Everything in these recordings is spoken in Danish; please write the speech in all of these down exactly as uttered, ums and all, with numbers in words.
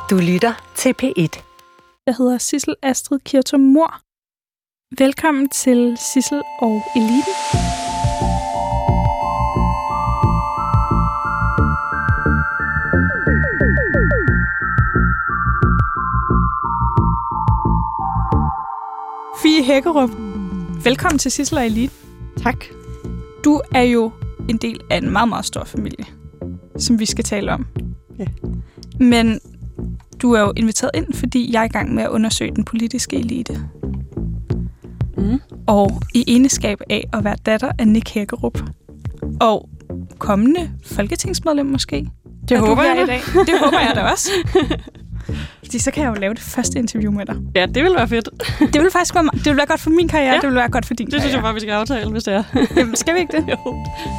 Du lytter til P et. Jeg hedder Sissel Astrid Kirtum Mor. Velkommen til Sissel og Eliten. Fie Hækkerup, velkommen til Sissel og Eliten. Tak. Du er jo en del af en meget, meget stor familie, som vi skal tale om. Ja. Men du er jo inviteret ind, fordi jeg er i gang med at undersøge den politiske elite. Mm. Og i egenskab af at være datter af Nick Hækkerup. Og kommende folketingsmedlem måske. Det håber jeg i dag. Det håber jeg da også. Fordi så kan jeg jo lave det første interview med dig. Ja, det vil være fedt. Det vil faktisk være, det vil være godt for min karriere, ja. Det vil være godt for din det karriere. Det synes jeg bare, vi skal aftale, hvis det er. Jamen, skal vi ikke det? Jo.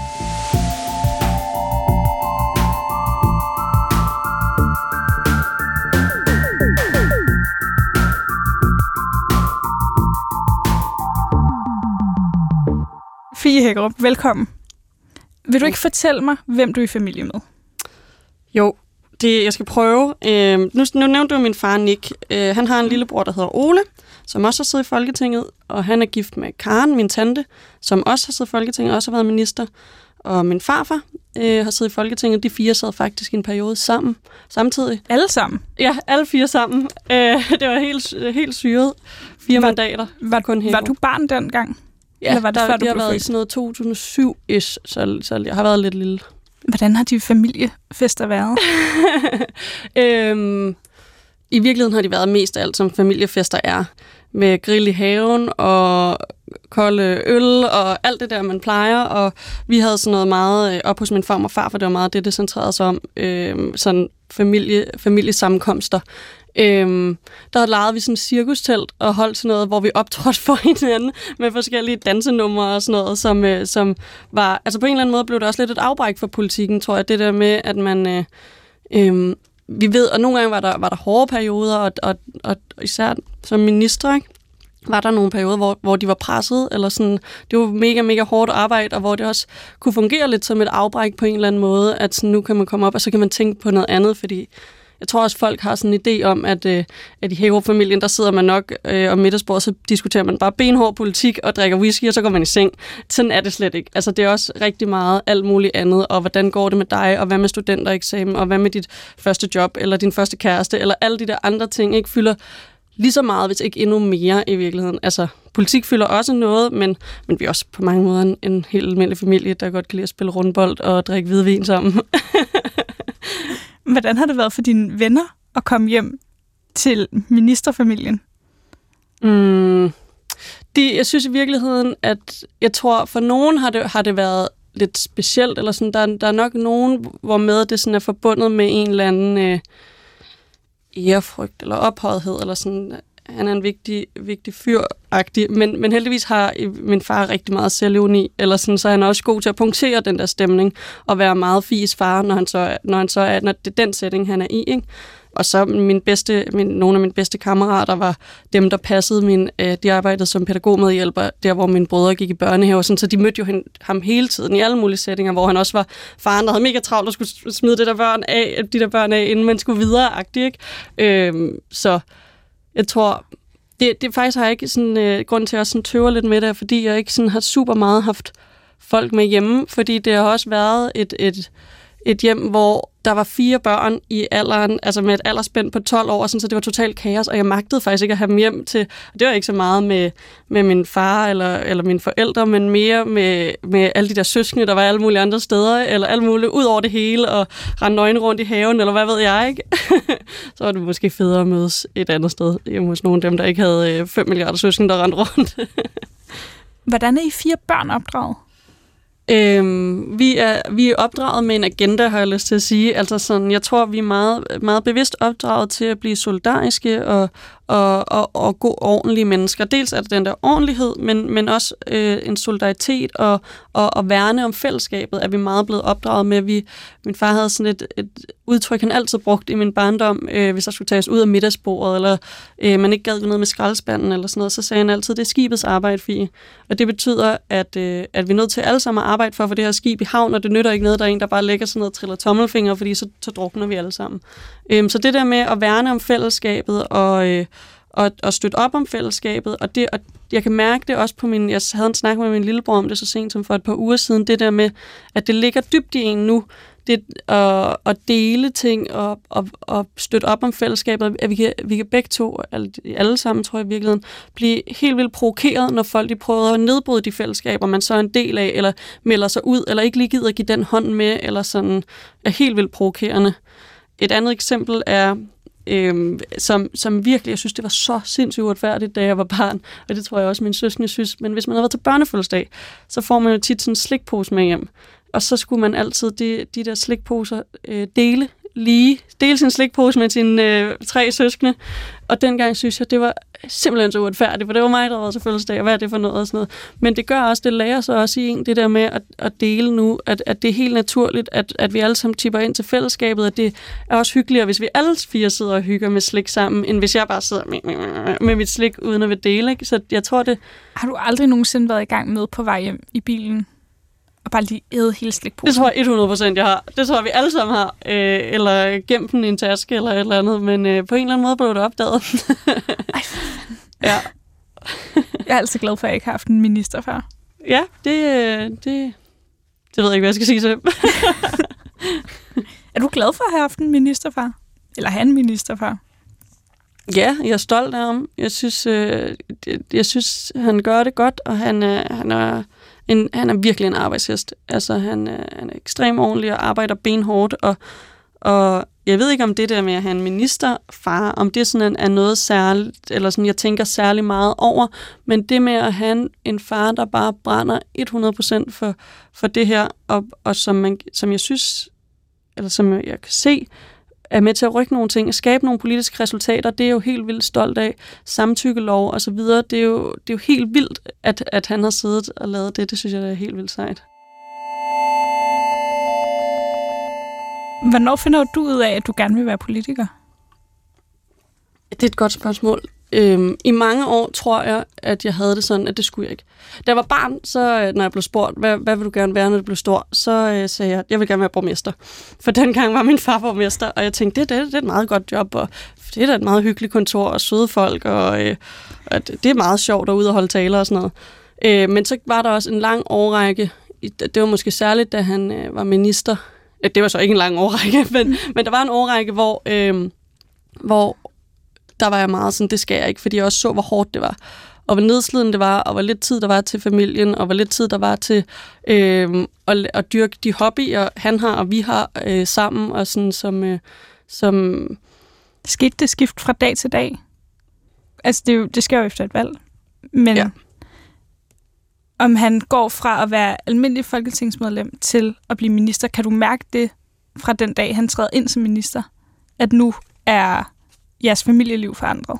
Fie Hækkerup, velkommen. Vil du ikke fortælle mig, hvem du er i familie med? Jo, det jeg skal prøve. Øh, nu, nu nævnte du min far, Nick. Øh, han har en lillebror, der hedder Ole, som også har siddet i Folketinget, og han er gift med Karen, min tante, som også har siddet i Folketinget og også har været minister. Og min farfar øh, har siddet i Folketinget. De fire sad faktisk i en periode sammen, samtidig. Alle sammen? Ja, alle fire sammen. Øh, det var helt, helt syret. Fire var, mandater. Var, kun var du barn dengang? Ja, eller var det der, før, du det har blev været født? i sådan noget to tusind og syv-ish, så, så jeg har været lidt lille. Hvordan har de familiefester været? øhm, I virkeligheden har de været mest af alt, som familiefester er. Med grill i haven og kolde øl og alt det der, man plejer. Og vi havde sådan noget meget op hos min far og far, for det var meget det, det centrerede sig om. Øhm, sådan familie, familiesammenkomster. Øhm, der legede vi sådan et cirkustelt og holdt sådan noget, hvor vi optrådte for hinanden med forskellige dansenumre og sådan noget, som, øh, som var... Altså på en eller anden måde blev det også lidt et afbræk for politikken, tror jeg. Det der med, at man... Øh, øh, vi ved, og nogle gange var der, var der hårde perioder, og, og, og især som minister, ikke? Var der nogle perioder, hvor, hvor de var presset, eller sådan, det var mega, mega hårdt arbejde, og hvor det også kunne fungere lidt som et afbræk på en eller anden måde, at sådan, nu kan man komme op, og så kan man tænke på noget andet, fordi jeg tror også, folk har sådan en idé om, at, øh, at i Hækkerup-familien, der sidder man nok øh, om middagsbordet, så diskuterer man bare benhård politik og drikker whisky, og så går man i seng. Sådan er det slet ikke. Altså, det er også rigtig meget alt muligt andet, og hvordan går det med dig, og hvad med studentereksamen, og hvad med dit første job, eller din første kæreste, eller alle de der andre ting, ikke fylder lige så meget, hvis ikke endnu mere i virkeligheden. Altså, politik fylder også noget, men, men vi er også på mange måder en, en helt almindelig familie, der godt kan lide at spille rundbold og drikke hvidvin sammen. Hvordan har det været for dine venner at komme hjem til ministerfamilien? Mm, de, jeg synes i virkeligheden, at jeg tror, for nogen har det, har det været lidt specielt, eller sådan, der, der er nok nogen, hvor med det sådan er forbundet med en eller anden øh, ærefrygt, eller ophøjethed, eller sådan, han er en vigtig, vigtig fyr-agtig, men, men heldigvis har min far rigtig meget selvironi, eller sådan, så er han også god til at punktere den der stemning, og være meget fis far, når han så, når han så er, når det er den setting, han er i, ikke? Og så min bedste, min, nogle af mine bedste kammerater var dem, der passede min, øh, de arbejdede som pædagogmedhjælper, der hvor mine brødre gik i børnehave, sådan, så de mødte jo hen, ham hele tiden i alle mulige settinger, hvor han også var faren, der havde mega travlt og skulle smide det der børn af, de der børn af, inden man skulle videre-agtigt, ikke? Øhm, så jeg tror, det, det faktisk har jeg ikke sådan, øh, grund til at sådan tøve lidt med det, fordi jeg ikke sådan har super meget haft folk med hjemme, fordi det har også været et, et, et hjem, hvor der var fire børn i alderen, altså med et aldersspænd på tolv år, sådan, så det var totalt kaos, og jeg magtede faktisk ikke at have dem hjem til, det var ikke så meget med, med min far eller, eller mine forældre, men mere med, med alle de der søskende, der var alle mulige andre steder, eller alle mulige ud over det hele, og rende nøgne rundt i haven, eller hvad ved jeg, ikke? Så var det måske federe at mødes et andet sted, hjemme hos nogle af dem, der ikke havde fem milliarder søskende, der rendte rundt. Hvordan er I fire børn opdraget? Øhm, vi, er, vi er opdraget med en agenda, har jeg lyst til at sige. Altså sådan, jeg tror, vi er meget, meget bevidst opdraget til at blive solidariske og, og, og, og gode, ordentlige mennesker. Dels er det den der ordentlighed, men, men også øh, en solidaritet og, og, og værne om fællesskabet, er vi meget blevet opdraget med. Vi, min far havde sådan et, et udtryk, han altid brugt i min barndom, øh, hvis der skulle tages ud af middagsbordet, eller øh, man ikke gad gå ned med skraldespanden, eller sådan noget, så sagde han altid, det er skibets arbejde, Fie. Og det betyder, at, øh, at vi er nødt til alle sammen at arbejde for at få det her skib i havn, og det nytter ikke noget, der er en, der bare lægger sådan noget og triller tommelfinger, fordi så, så drukner vi alle sammen. Øh, så det der med at værne om fællesskabet, og øh, Og, og støtte op om fællesskabet, og, det, og jeg kan mærke det også på min, jeg havde en snak med min lillebror om det så sent som for et par uger siden, det der med, at det ligger dybt i en nu, det at, at dele ting og, og, og støtte op om fællesskabet, at vi kan, vi kan begge to, alle, alle sammen tror jeg i virkeligheden, blive helt vildt provokeret, når folk de prøver at nedbryde de fællesskaber, man så er en del af, eller melder sig ud, eller ikke lige gider at give den hånd med, eller sådan, er helt vildt provokerende. Et andet eksempel er, Øhm, som, som virkelig, jeg synes, det var så sindssygt uretfærdigt, da jeg var barn, og det tror jeg også, min søskende synes, men hvis man har været til børnefødselsdag, så får man jo tit sådan en slikpose med hjem, og så skulle man altid de, de der slikposer øh, dele lige, dele sin slikpose med sine øh, tre søskende, og dengang synes jeg, det var simpelthen så uretfærdigt, for det var mig, der var til fødselsdag, og hvad er det for noget og sådan noget. Men det gør også, det lærer sig også i en, det der med at, at dele nu, at, at det er helt naturligt, at, at vi alle sammen tipper ind til fællesskabet, at det er også hyggeligere, hvis vi alle fire sidder og hygger med slik sammen, end hvis jeg bare sidder med, med, med mit slik uden at vil dele. Ikke? Så jeg tror det... Har du aldrig nogensinde været i gang med på vej hjem i bilen? Og bare lige æde hele slikposen? Det tror jeg hundrede procent, jeg har. Det tror jeg, vi alle sammen har. Øh, eller gemt den i en taske eller et eller andet. Men øh, på en eller anden måde blev det opdaget. Ej, ja. Jeg er altså glad for, at jeg ikke har haft en minister før. Ja, det, det, det ved jeg ikke, hvad jeg skal sige til. Er du glad for at have haft en minister før? Eller have en minister før? Ja, jeg er stolt af ham. Jeg synes, øh, jeg synes han gør det godt, og han, øh, han er... En, han er virkelig en arbejdshest. Altså, han, øh, han er ekstremt ordentlig og arbejder benhårdt, og, og jeg ved ikke, om det der med at have en ministerfar, om det sådan er noget særligt, eller sådan, jeg tænker særlig meget over, men det med at have en far, der bare brænder hundrede procent for, for det her, og, og som, man, som jeg synes, eller som jeg kan se, er med til at rykke nogle ting, og skabe nogle politiske resultater, det er jo helt vildt stolt af. Samtykkelov og så videre, det er jo, det er jo helt vildt, at, at han har siddet og lavet det. Det synes jeg, det er helt vildt sejt. Hvornår finder du ud af, at du gerne vil være politiker? Det er et godt spørgsmål. Øhm, I mange år tror jeg, at jeg havde det sådan, at det skulle jeg ikke. Da jeg var barn, så når jeg blev spurgt, hvad, hvad vil du gerne være, når du blev stor, så øh, sagde jeg, at jeg vil gerne være borgmester. For dengang var min far borgmester, og jeg tænkte, det, det, det er et meget godt job, og det er da et meget hyggeligt kontor, og søde folk, og, øh, og det er meget sjovt at ud og holde taler og sådan noget. Øh, men så var der også en lang årrække, det var måske særligt, da han øh, var minister. Det var så ikke en lang årrække, men, men der var en årrække, hvor... Øh, hvor der var jeg meget sådan, det skal jeg ikke, fordi jeg også så, hvor hårdt det var. Og hvor nedslidende det var, og hvor lidt tid der var til familien, og hvor lidt tid der var til øh, at, at dyrke de hobbyer, han har og vi har øh, sammen, og sådan som... Øh, som Skete det skift fra dag til dag? Altså, det, jo, det sker jo efter et valg. Men ja. Om han går fra at være almindelig folketingsmedlem til at blive minister, kan du mærke det fra den dag, han træder ind som minister? At nu er jeres familieliv forandret?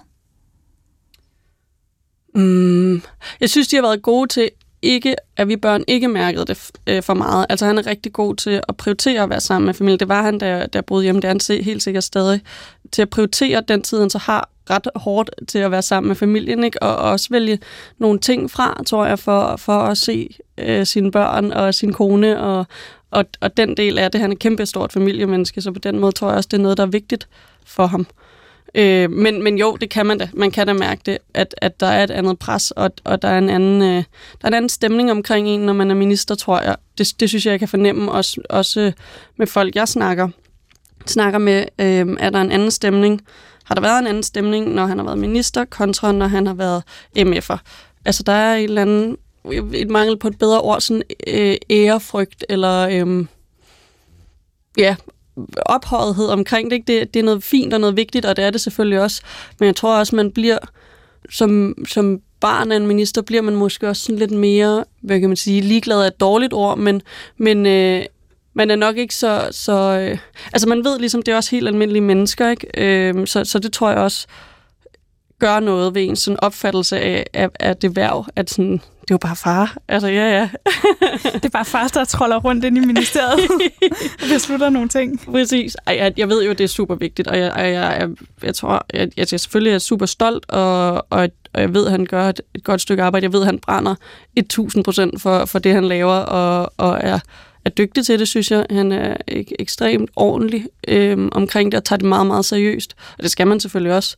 Mm, jeg synes, de har været gode til, ikke, at vi børn ikke mærkede det øh, for meget. Altså, han er rigtig god til at prioritere at være sammen med familie. Det var han, da jeg boede hjemme. Det er han helt sikkert stadig. Til at prioritere den tid, han så har ret hårdt til at være sammen med familien, ikke? Og også vælge nogle ting fra, tror jeg, for, for at se øh, sine børn og sin kone, og, og, og den del af det. Han er et kæmpe stort familiemenneske, så på den måde tror jeg også, det er noget, der er vigtigt for ham. Øh, men, men jo, det kan man da. Man kan da mærke det, at, at der er et andet pres, og, og der, er en anden, øh, der er en anden stemning omkring en, når man er minister, tror jeg. Det, det synes jeg, jeg kan fornemme, også, også med folk, jeg snakker, snakker med. Øh, er der en anden stemning? Har der været en anden stemning, når han har været minister, kontra når han har været M F'er? Altså, der er en eller anden, et mangel på et bedre ord, sådan øh, ærefrygt, eller øh, ja, ophøjethed omkring det, ikke? Det, det er noget fint og noget vigtigt, og det er det selvfølgelig også. Men jeg tror også, man bliver, som, som barn af en minister, bliver man måske også sådan lidt mere, hvad kan man sige, ligeglad af et dårligt ord, men, men øh, man er nok ikke så... så øh, altså man ved ligesom, det er også helt almindelige mennesker, ikke? Øh, så, så det tror jeg også gør noget ved ens sådan opfattelse af, af, af det værv, at sådan, det er jo bare far. Altså, ja, ja. Det er bare far, der troller rundt ind i ministeriet og beslutter nogle ting. Præcis. Ej, jeg, jeg ved jo, det er super vigtigt, og jeg, jeg, jeg, jeg tror, jeg, jeg selvfølgelig er super stolt, og, og, og jeg ved, at han gør et, et godt stykke arbejde. Jeg ved, at han brænder tusind procent for, for det, han laver, og, og er, er dygtig til det, synes jeg. Han er ek, ekstremt ordentlig øhm, omkring det, og tager det meget, meget seriøst. Og det skal man selvfølgelig også.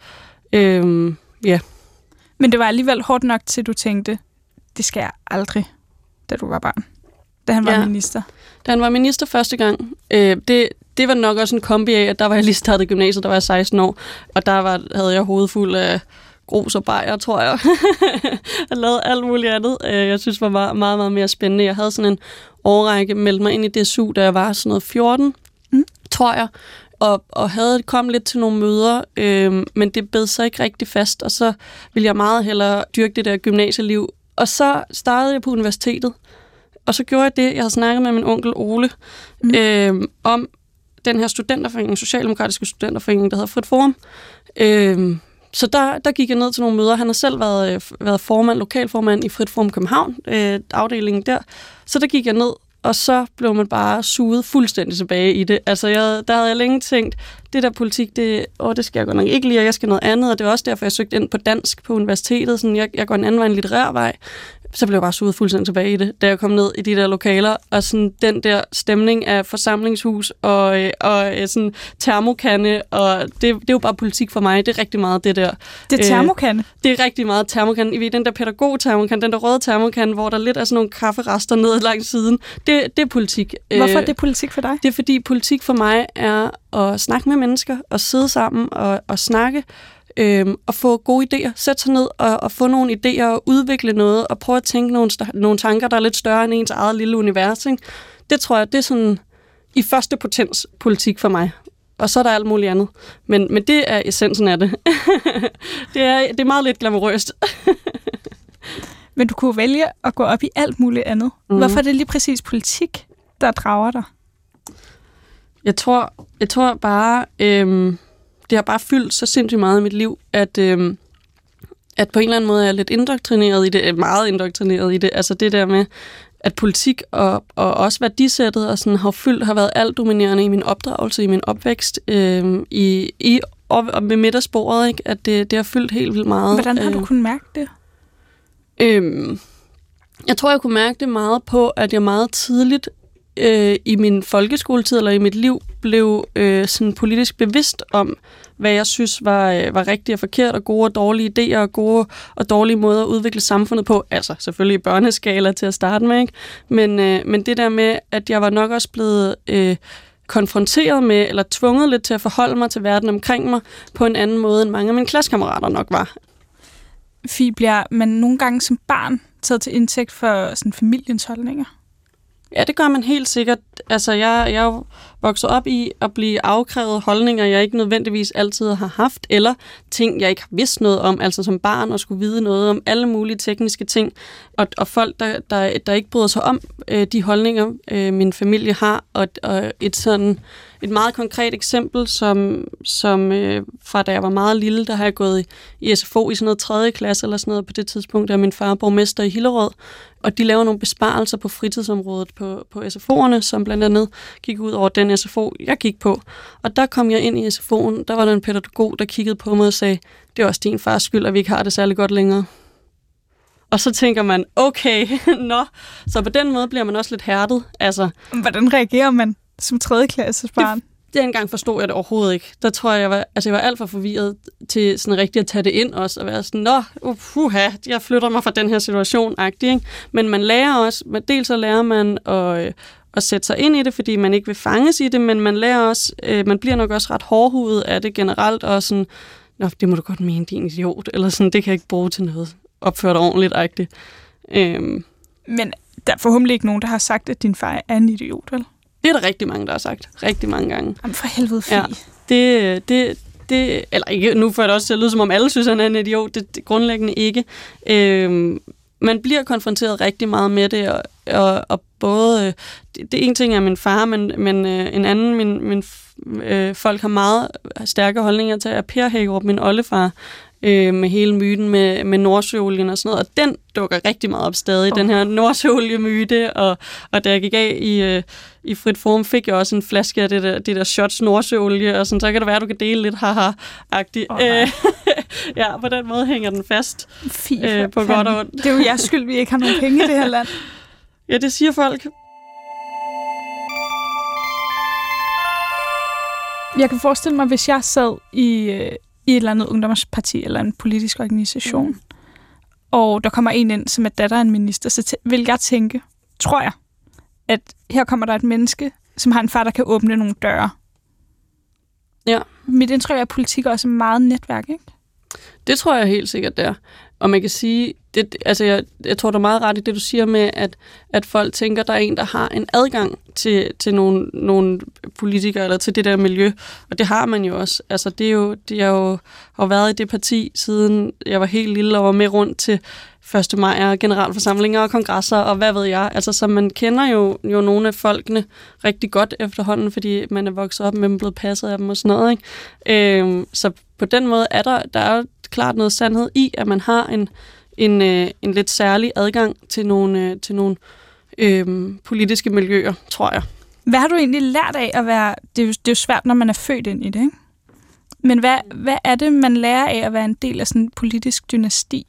Øhm, yeah. Men det var alligevel hårdt nok til, du tænkte, det skal jeg aldrig, da du var barn. Da han var ja. minister. Da han var minister første gang. Øh, det, det var nok også en kombi af, at der var jeg lige startet i gymnasiet, der var jeg seksten år. Og der var, havde jeg hovedet fuld af grus og bajer, tror jeg. Jeg lavede alt muligt andet. Jeg synes, det var meget, meget, meget mere spændende. Jeg havde sådan en årrække, meldte mig ind i D S U, da jeg var sådan noget fjorten, mm. tror jeg. Og, og havde kom lidt til nogle møder, øh, men det bed sig ikke rigtig fast, og så ville jeg meget hellere dyrke det der gymnasieliv. Og så startede jeg på universitetet, og så gjorde jeg det. Jeg havde snakket med min onkel Ole mm. øh, om den her studenterforening, socialdemokratiske studenterforening, der hedder Frit Forum. Øh, så der, der gik jeg ned til nogle møder. Han har selv været, været formand, lokalformand i Frit Forum København, øh, afdelingen der. Så der gik jeg ned, og så blev man bare suget fuldstændig tilbage i det. Altså, jeg, der havde jeg længe tænkt, det der politik, det, åh, det skal jeg godt nok ikke lide, og jeg skal noget andet, og det var også derfor, jeg søgte ind på dansk på universitetet. Sådan, jeg, jeg går en anden vej, en litterær vej. Så blev jeg bare suget fuldstændig tilbage i det, da jeg kom ned i de der lokaler, og sådan den der stemning af forsamlingshus og, og sådan termokande, og det, det er jo bare politik for mig. Det er rigtig meget det der. Det er termokande? Øh, det er rigtig meget termokande. I ved, den der pædagog-termokande, den der røde termokande, hvor der lidt er sådan nogle kafferester ned langs siden. Det, det er politik. Hvorfor er det politik for dig? Det er fordi politik for mig er at snakke med mennesker, og sidde sammen og, og snakke, Øhm, og få gode idéer, sætte sig ned og, og få nogle idéer og udvikle noget og prøve at tænke nogle, nogle tanker, der er lidt større end ens eget lille univers. Ikke? Det tror jeg, det er sådan i første potens politik for mig. Og så er der alt muligt andet. Men, men det er essensen af det. det, er, det er meget lidt glamourøst. Men du kunne vælge at gå op i alt muligt andet. Mm. Hvorfor er det lige præcis politik, der drager dig? Jeg tror, jeg tror bare... Øhm Det har bare fyldt så sindssygt meget i mit liv, at, øhm, at på en eller anden måde er jeg lidt indoktrineret i det, meget indoktrineret i det. Altså det der med, at politik og, og også værdisættet og sådan, har fyldt, har været alt dominerende i min opdragelse, i min opvækst, øhm, i, i og, og med middagsbordet, ikke? At det, det har fyldt helt vildt meget. Hvordan har du kunnet mærke det? Øhm, jeg tror, jeg kunne mærke det meget på, at jeg meget tidligt øh, i min folkeskoletid eller i mit liv blev øh, sådan politisk bevidst om, hvad jeg synes var, øh, var rigtigt og forkert, og gode og dårlige idéer, og gode og dårlige måder at udvikle samfundet på. Altså selvfølgelig i børneskala til at starte med, ikke? Men, øh, men det der med, at jeg var nok også blevet øh, konfronteret med, eller tvunget lidt til at forholde mig til verden omkring mig, på en anden måde, end mange af mine klassekammerater nok var. Fie, bliver man nogle gange som barn taget til indtægt for sådan familiens holdninger? Ja, det gør man helt sikkert. Altså, jeg, jeg er jo vokset op i at blive afkrævet holdninger, jeg ikke nødvendigvis altid har haft, eller ting, jeg ikke har vidst noget om, altså som barn, og skulle vide noget om alle mulige tekniske ting, og, og folk, der, der, der ikke bryder sig om øh, de holdninger, øh, min familie har, og, og et sådan et meget konkret eksempel, som, som øh, fra da jeg var meget lille, der har jeg gået i, i S F O i sådan noget tredje klasse eller sådan noget på det tidspunkt, der er min far borgmester i Hillerød, og de laver nogle besparelser på fritidsområdet på, på S F O'erne, som blandt andet gik ud over den S F O, jeg gik på. Og der kom jeg ind i S F O'en, der var der en pædagog, der kiggede på mig og sagde, det er også din fars skyld, at vi ikke har det særlig godt længere. Og så tænker man, okay, nå. Så på den måde bliver man også lidt hærdet. Altså, hvordan reagerer man som tredjeklasses barn? Dengang forstod jeg det overhovedet ikke. Der tror jeg, jeg var, altså jeg var alt for forvirret til sådan rigtigt at tage det ind også, og være sådan, nå, uha, jeg flytter mig fra den her situation-agtig, ikke? Men man lærer også, dels så lærer man at, at sætte sig ind i det, fordi man ikke vil fanges i det, men man lærer også, man bliver nok også ret hårdhudet af det generelt, og sådan, nå, det må du godt mene, din idiot, eller sådan, det kan jeg ikke bruge til noget. Opfør dig ordentligt-agtigt. Øhm. Men der er forhåbentlig ikke nogen, der har sagt, at din far er en idiot, vel? Det er der rigtig mange, der har sagt. Rigtig mange gange. Jamen for helvede, Fie. Ja, det, det, det, eller ikke, nu får det også til at lyde, som om alle synes, han er en idiot. Det, det grundlæggende ikke. Øhm, man bliver konfronteret rigtig meget med det, og, og, og både, det, det ene ting er min far, men, men øh, en anden, min, min øh, folk har meget stærke holdninger til, at Per Hækkerup, min oldefar, øh, med hele myten med, med Nordsøolien og sådan noget, og den dukker rigtig meget op stadig, oh. den her Nordsøolie-myte, og, og da jeg gik af i, øh, i Frit Forum, fik jeg også en flaske af det der, det der shots Nordsøolie, og sådan, så kan det være, at du kan dele lidt haha-agtigt. Oh, øh, ja, på den måde hænger den fast. Fy, øh, på godt og ondt. Det er jo jeres skyld, vi ikke har nogen penge i det her land. Ja, det siger folk. Jeg kan forestille mig, hvis jeg sad i, øh, i et eller andet ungdomsparti eller en politisk organisation, mm. og der kommer en ind, som er datter af en minister, så t- vil jeg tænke, tror jeg, at her kommer der et menneske, som har en far, der kan åbne nogle døre. Ja. Mit indtryk er, at politik også er meget netværk, ikke? Det tror jeg helt sikkert, der. Og man kan sige, det, altså jeg, jeg tror, der er meget ret i det, du siger med, at, at folk tænker, der er en, der har en adgang til, til nogle, nogle politikere eller til det der miljø. Og det har man jo også. Altså det er jo, det er jo har været i det parti, siden jeg var helt lille og var med rundt til første maj og generalforsamlinger og kongresser og hvad ved jeg. Altså så man kender jo, jo nogle af folkene rigtig godt efterhånden, fordi man er vokset op med dem, blevet passet af dem og sådan noget. Ikke? Øhm, så på den måde er der, der er jo klart noget sandhed i, at man har en, en, øh, en lidt særlig adgang til nogle, øh, til nogle øh, politiske miljøer, tror jeg. Hvad har du egentlig lært af at være... Det er jo, det er jo svært, når man er født ind i det, ikke? Men hvad, hvad er det, man lærer af at være en del af sådan en politisk dynasti?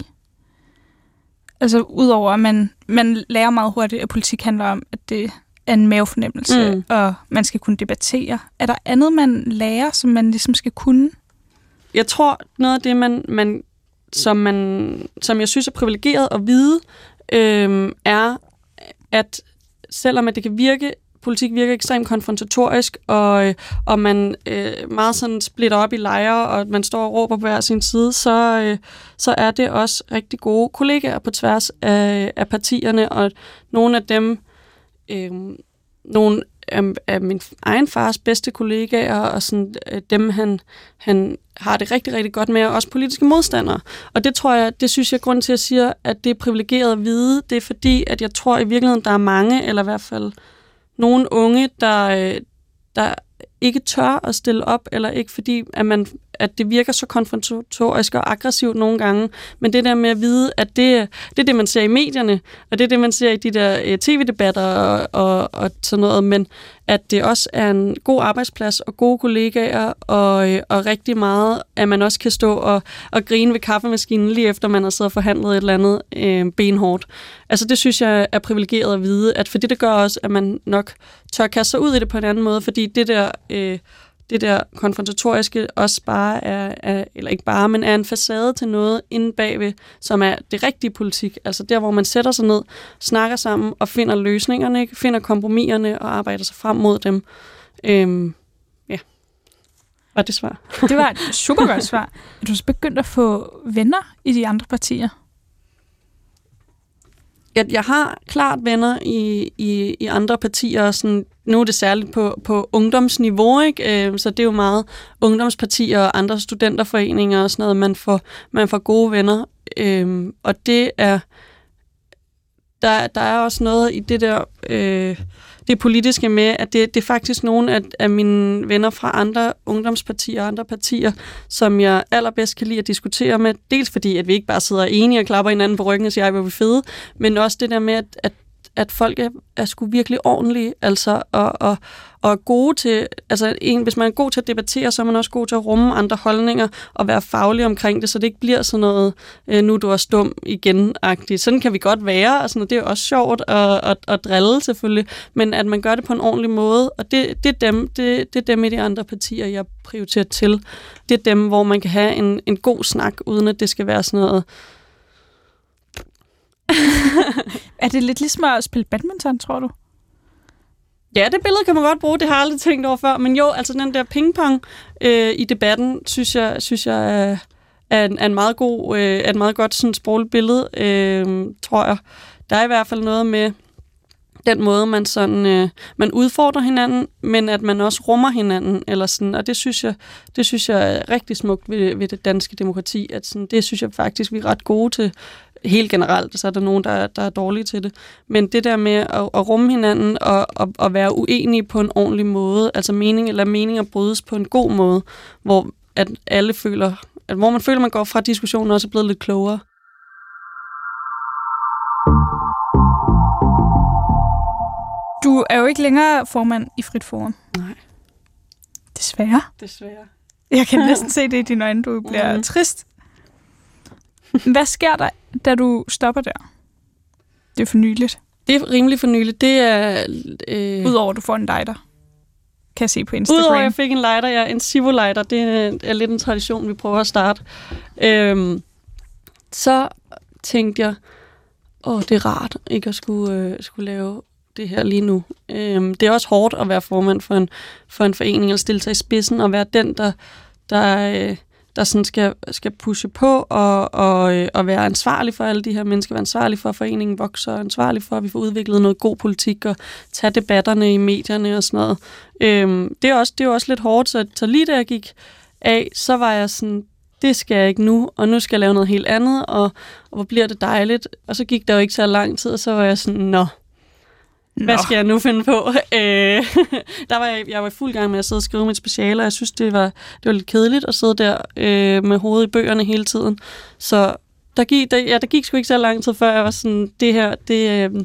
Altså, udover at man, man lærer meget hurtigt, at politik handler om, at det er en mavefornemmelse, mm. og man skal kunne debattere. Er der andet, man lærer, som man ligesom skal kunne? Jeg tror, noget af det, man, man, som, man, som jeg synes er privilegeret at vide, øh, er, at selvom at det kan virke, politik virker ekstremt konfrontatorisk, og, og man øh, meget sådan splitter op i lejre, og man står og råber på hver sin side, så, øh, så er det også rigtig gode kollegaer på tværs af, af partierne, og nogle af dem, øh, nogle af min egen fars bedste kollegaer, og sådan, dem, han, han har det rigtig, rigtig godt med, og også politiske modstandere. Og det tror jeg, det synes jeg, grund til at sige, at det er privilegeret at vide, det er fordi, at jeg tror i virkeligheden, der er mange, eller i hvert fald nogle unge, der, der ikke tør at stille op, eller ikke fordi, at, man, at det virker så konfrontatorisk og aggressivt nogle gange, men det der med at vide, at det, det er det, man ser i medierne, og det er det, man ser i de der tv-debatter og, og, og sådan noget, men at det også er en god arbejdsplads og gode kollegaer, og, og rigtig meget, at man også kan stå og, og grine ved kaffemaskinen, lige efter man har siddet og forhandlet et eller andet øh, benhårdt. Altså det synes jeg er privilegeret at vide, at for det, det gør også, at man nok tør kaste sig ud i det på en anden måde, fordi det der, øh, det der konfrontatoriske også bare er, er, eller ikke bare, men er en facade til noget inde bagved, som er det rigtige politik. Altså der, hvor man sætter sig ned, snakker sammen og finder løsningerne, ikke? Finder kompromiserne og arbejder sig frem mod dem. Øhm, ja. Var det svar? Det var et super godt svar. Er du så begyndt at få venner i de andre partier? Jeg, jeg har klart venner i, i, i andre partier. Sådan, nu er det særligt på, på ungdomsniveau, ikke? Øh, så det er jo meget ungdomspartier og andre studenterforeninger og sådan noget, man får, man får gode venner. Øh, og det er... Der, der er også noget i det der... Øh, det politiske med, at det, det er faktisk nogle af, af mine venner fra andre ungdomspartier og andre partier, som jeg allerbedst kan lide at diskutere med. Dels fordi, at vi ikke bare sidder enige og klapper hinanden på ryggen og siger, ej, hvor er vi fede, men også det der med, at, at, at folk er, er sgu virkelig ordentlige, altså, og, og, og er gode til, altså en, hvis man er god til at debattere, så er man også god til at rumme andre holdninger og være faglig omkring det, så det ikke bliver sådan noget, øh, nu er du også dum igen-agtigt. Sådan kan vi godt være, og sådan noget. Det er jo også sjovt at, at, at drille selvfølgelig, men at man gør det på en ordentlig måde, og det, det, er, dem, det, det er dem i de andre partier, jeg prioriterer til. Det er dem, hvor man kan have en, en god snak, uden at det skal være sådan noget. Er det lidt ligesom at spille badminton, tror du? Ja, det billede kan man godt bruge, det har jeg aldrig tænkt over før. Men jo, altså den der pingpong øh, i debatten, synes jeg, synes jeg er, er, en, er en meget god, øh, er et meget godt sådan sprogligt billede, øh, tror jeg. Der er i hvert fald noget med den måde, man sådan øh, man udfordrer hinanden, men at man også rummer hinanden, eller sådan, og det synes jeg, det synes jeg er rigtig smukt ved, ved det danske demokrati, at sådan, det synes jeg faktisk, vi er ret gode til. Helt generelt, så er der nogen, der, der er dårlige til det. Men det der med at, at rumme hinanden og at, at være uenige på en ordentlig måde, altså mening eller meninger brydes på en god måde, hvor at alle føler, at hvor man føler, man går fra diskussionen, også er blevet lidt klogere. Du er jo ikke længere formand i Frit Forum. Nej. Desværre. Desværre. Jeg kan næsten se det i dine øjne, du bliver mm. trist. Hvad sker der, da du stopper der? Det er for nyligt. Det er rimelig for nyligt. Det er... Øh... Udover at du får en lighter. Kan jeg se på Instagram. Udover at jeg fik en lighter, ja, en Sivo-lighter. Det er, er lidt en tradition, vi prøver at starte. Øhm, så tænkte jeg, åh, det er rart ikke at skulle, øh, skulle lave det her lige nu. Øhm, det er også hårdt at være formand for en, for en forening, eller stille sig i spidsen, og være den, der, der, øh, der sådan skal, skal pushe på, og, og, øh, og være ansvarlig for alle de her mennesker, være ansvarlig for, at foreningen vokser, og ansvarlig for, at vi får udviklet noget god politik, og tage debatterne i medierne og sådan noget. Øhm, det, er også, det er også lidt hårdt, så, så lige da jeg gik af, så var jeg sådan, det skal jeg ikke nu, og nu skal jeg lave noget helt andet, og, og hvor bliver det dejligt. Og så gik der jo ikke så lang tid, og så var jeg sådan, nå, hvad skal jeg nu finde på? Øh, der var jeg, jeg var i fuld gang med at sidde og skrive mit speciale, og jeg synes, det var, det var lidt kedeligt at sidde der øh, med hovedet i bøgerne hele tiden. Så der gik, der, ja, der gik sgu ikke så lang tid, før jeg var sådan, det her, det, øh,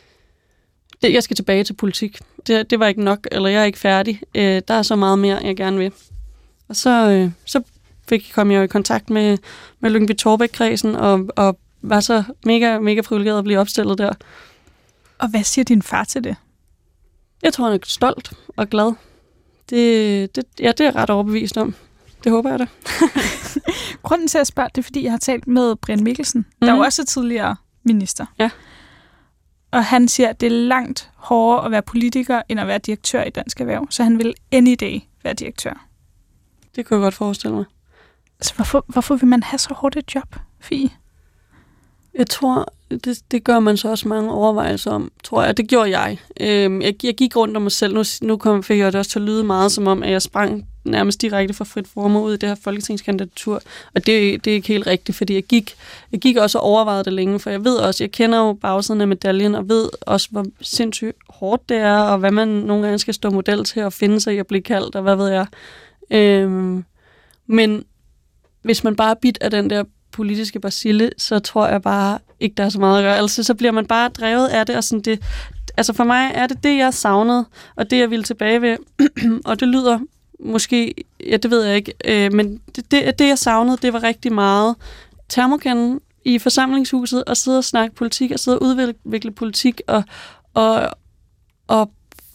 det jeg skal tilbage til politik. Det, det var ikke nok, eller jeg er ikke færdig. Øh, der er så meget mere, jeg gerne vil. Og så, øh, så fik, kom jeg jo i kontakt med, med Lyngby-Taarbæk-kredsen, og, og var så mega, mega privilegeret at blive opstillet der. Og hvad siger din far til det? Jeg tror, han er stolt og glad. Det, det, ja, det er jeg ret overbevist om. Det håber jeg da. Grunden til at spørge, det er, fordi jeg har talt med Brian Mikkelsen, mm. der er jo også tidligere minister. Ja. Og han siger, at det er langt hårdere at være politiker, end at være direktør i Dansk Erhverv. Så han vil any day være direktør. Det kunne jeg godt forestille mig. Altså, hvorfor, hvorfor vil man have så hårdt et job, Fie? Jeg tror, det, det gør man så også mange overvejelser om, tror jeg. Det gjorde jeg. Øhm, jeg, jeg gik rundt om mig selv. Nu, nu kom, fik jeg det også til at lyde meget, som om, at jeg sprang nærmest direkte fra Frit Forum ud i det her folketingskandidatur. Og det, det er ikke helt rigtigt, fordi jeg gik, jeg gik også og overvejede det længe, for jeg ved også, jeg kender jo bagsiden af medaljen, og ved også, hvor sindssygt hårdt det er, og hvad man nogle gange skal stå model til at finde sig i at blive kaldt, og hvad ved jeg. Øhm, men hvis man bare er bidt af den der politiske bacille, så tror jeg bare ikke, der er så meget at gøre. Altså, så bliver man bare drevet af det, og sådan det. Altså, for mig er det det, jeg savnede, og det, jeg ville tilbage ved. Og det lyder måske, ja, det ved jeg ikke, øh, men det, det, det, jeg savnede, det var rigtig meget termokanden i forsamlingshuset, og sidde og snakke politik, og sidde og udvikle politik, og, og, og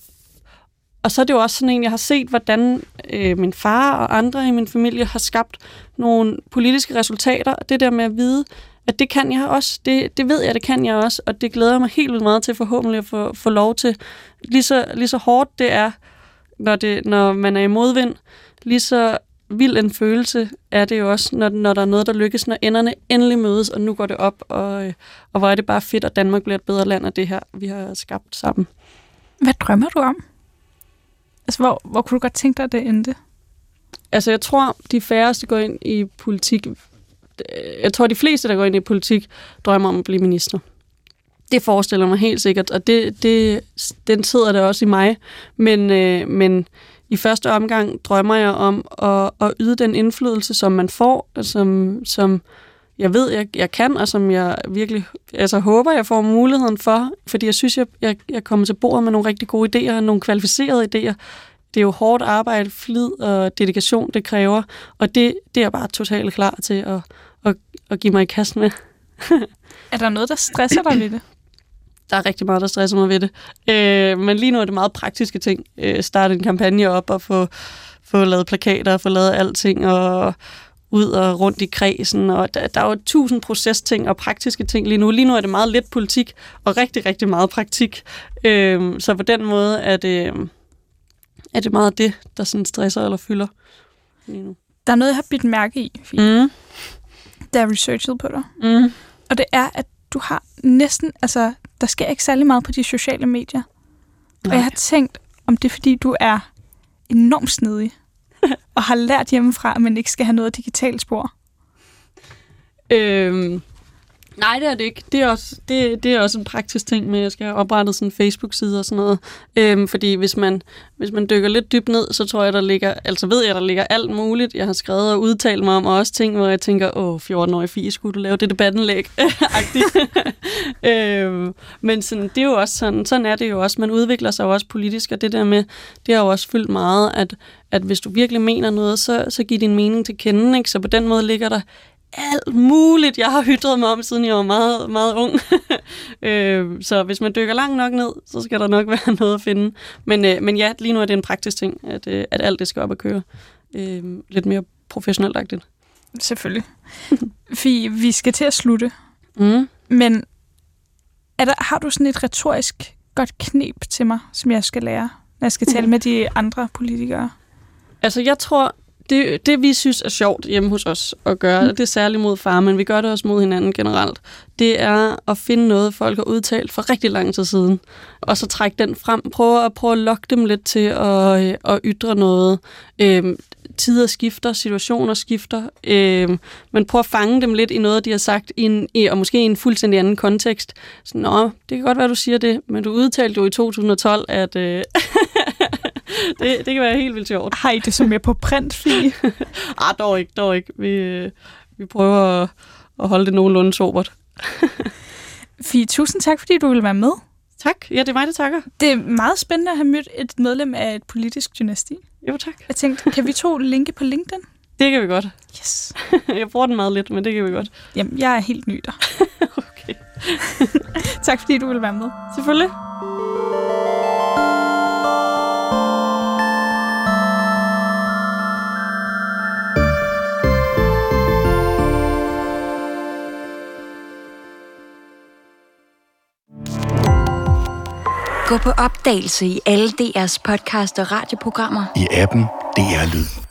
Og så er det jo også sådan en, jeg har set, hvordan øh, min far og andre i min familie har skabt nogle politiske resultater. Det der med at vide, at det kan jeg også. Det, det ved jeg, det kan jeg også. Og det glæder jeg mig helt vildt meget til forhåbentlig at få, få lov til. Lige så, lige så hårdt det er, når, det, når man er i modvind. Lige så vild en følelse er det jo også, når, når der er noget, der lykkes, når enderne endelig mødes, og nu går det op. Og, og hvor er det bare fedt, at Danmark bliver et bedre land af det her, vi har skabt sammen. Hvad drømmer du om? Altså, hvor, hvor kunne du godt tænke dig, at det endte? Altså, jeg tror, de færreste går ind i politik. Jeg tror, de fleste, der går ind i politik, drømmer om at blive minister. Det forestiller mig helt sikkert, og det, det, den sidder der også i mig. Men, øh, men i første omgang drømmer jeg om at, at yde den indflydelse, som man får, som, som jeg ved, jeg, jeg kan, og som jeg virkelig altså, håber, jeg får muligheden for. Fordi jeg synes, jeg, jeg, jeg kommer til bordet med nogle rigtig gode idéer, nogle kvalificerede idéer. Det er jo hårdt arbejde, flid og dedikation, det kræver. Og det, det er jeg bare totalt klar til at, at, at give mig i kast med. Er der noget, der stresser dig ved det? Der er rigtig meget, der stresser mig ved det. Øh, men lige nu er det meget praktiske ting. Øh, starte en kampagne op og få, få lavet plakater og få lavet alting og ud og rundt i kredsen. Og der, der er jo tusind procesting og praktiske ting lige nu. Lige nu er det meget lidt politik og rigtig, rigtig meget praktik. Øh, så på den måde er det, er det meget det, der sådan stresser eller fylder lige nu. Der er noget, jeg har bidt mærke i, Fie, mm. da jeg researchede på dig. Mm. Og det er, at du har næsten, altså, der sker ikke særlig meget på de sociale medier. Nej. Og jeg har tænkt, om det er, fordi du er enormt snedig, og har lært hjemmefra, at man ikke skal have noget digitalt spor. Øhm, Nej, det er det ikke. Det er også, det, det er også en praktisk ting med, at jeg skal have oprettet sådan en Facebook-side og sådan noget. Øhm, fordi hvis man, hvis man dykker lidt dybt ned, så tror jeg, der ligger, altså ved jeg, der ligger alt muligt. Jeg har skrevet og udtalt mig om, og også ting, hvor jeg tænker, åh, fjorten-årig Fie, skulle du lave det debattenlæg? øhm, men sådan, det er jo også sådan, sådan er det jo også. Man udvikler sig jo også politisk, og det der med, det har jo også fyldt meget, at, at hvis du virkelig mener noget, så, så giv din mening til kende, ikke? Så på den måde ligger der alt muligt, jeg har ytret mig om, siden jeg var meget, meget ung. øh, så hvis man dykker langt nok ned, så skal der nok være noget at finde. Men, øh, men ja, lige nu er det en praktisk ting, at, øh, at alt det skal op at køre. Øh, lidt mere professionelt-agtigt. Selvfølgelig. Fie, vi skal til at slutte. Mm. Men er der, har du sådan et retorisk godt knep til mig, som jeg skal lære, når jeg skal tale med de andre politikere? Altså, jeg tror, Det, det, vi synes er sjovt hjemme hos os at gøre, mm. det er særligt mod far, men vi gør det også mod hinanden generelt, det er at finde noget, folk har udtalt for rigtig lang tid siden, og så trække den frem. Prøve at, prøve at lokke dem lidt til at, at ytre noget. Øhm, tider skifter, situationer skifter, øhm, men prøve at fange dem lidt i noget, de har sagt, i en, i, og måske i en fuldstændig anden kontekst. Så, nå, det kan godt være, du siger det, men du udtalte jo i to tusind og tolv, at... Øh, Det, det kan være helt vildt sjovt. Har I det så mere på print, Fie? ah, dog ikke, dog ikke. Vi, vi prøver at, at holde det nogenlunde sobert. Fie, tusind tak, fordi du ville være med. Tak. Ja, det er mig, der takker. Det er meget spændende at have mødt et medlem af et politisk dynasti. Jo, tak. Jeg tænkte, kan vi to linke på LinkedIn? Det kan vi godt. Yes. Jeg bruger den meget lidt, men det kan vi godt. Jamen, jeg er helt ny der. Okay. Tak, fordi du ville være med. Selvfølgelig. Gå på opdagelse i alle D R's podcast og radioprogrammer. I appen D R Lyd.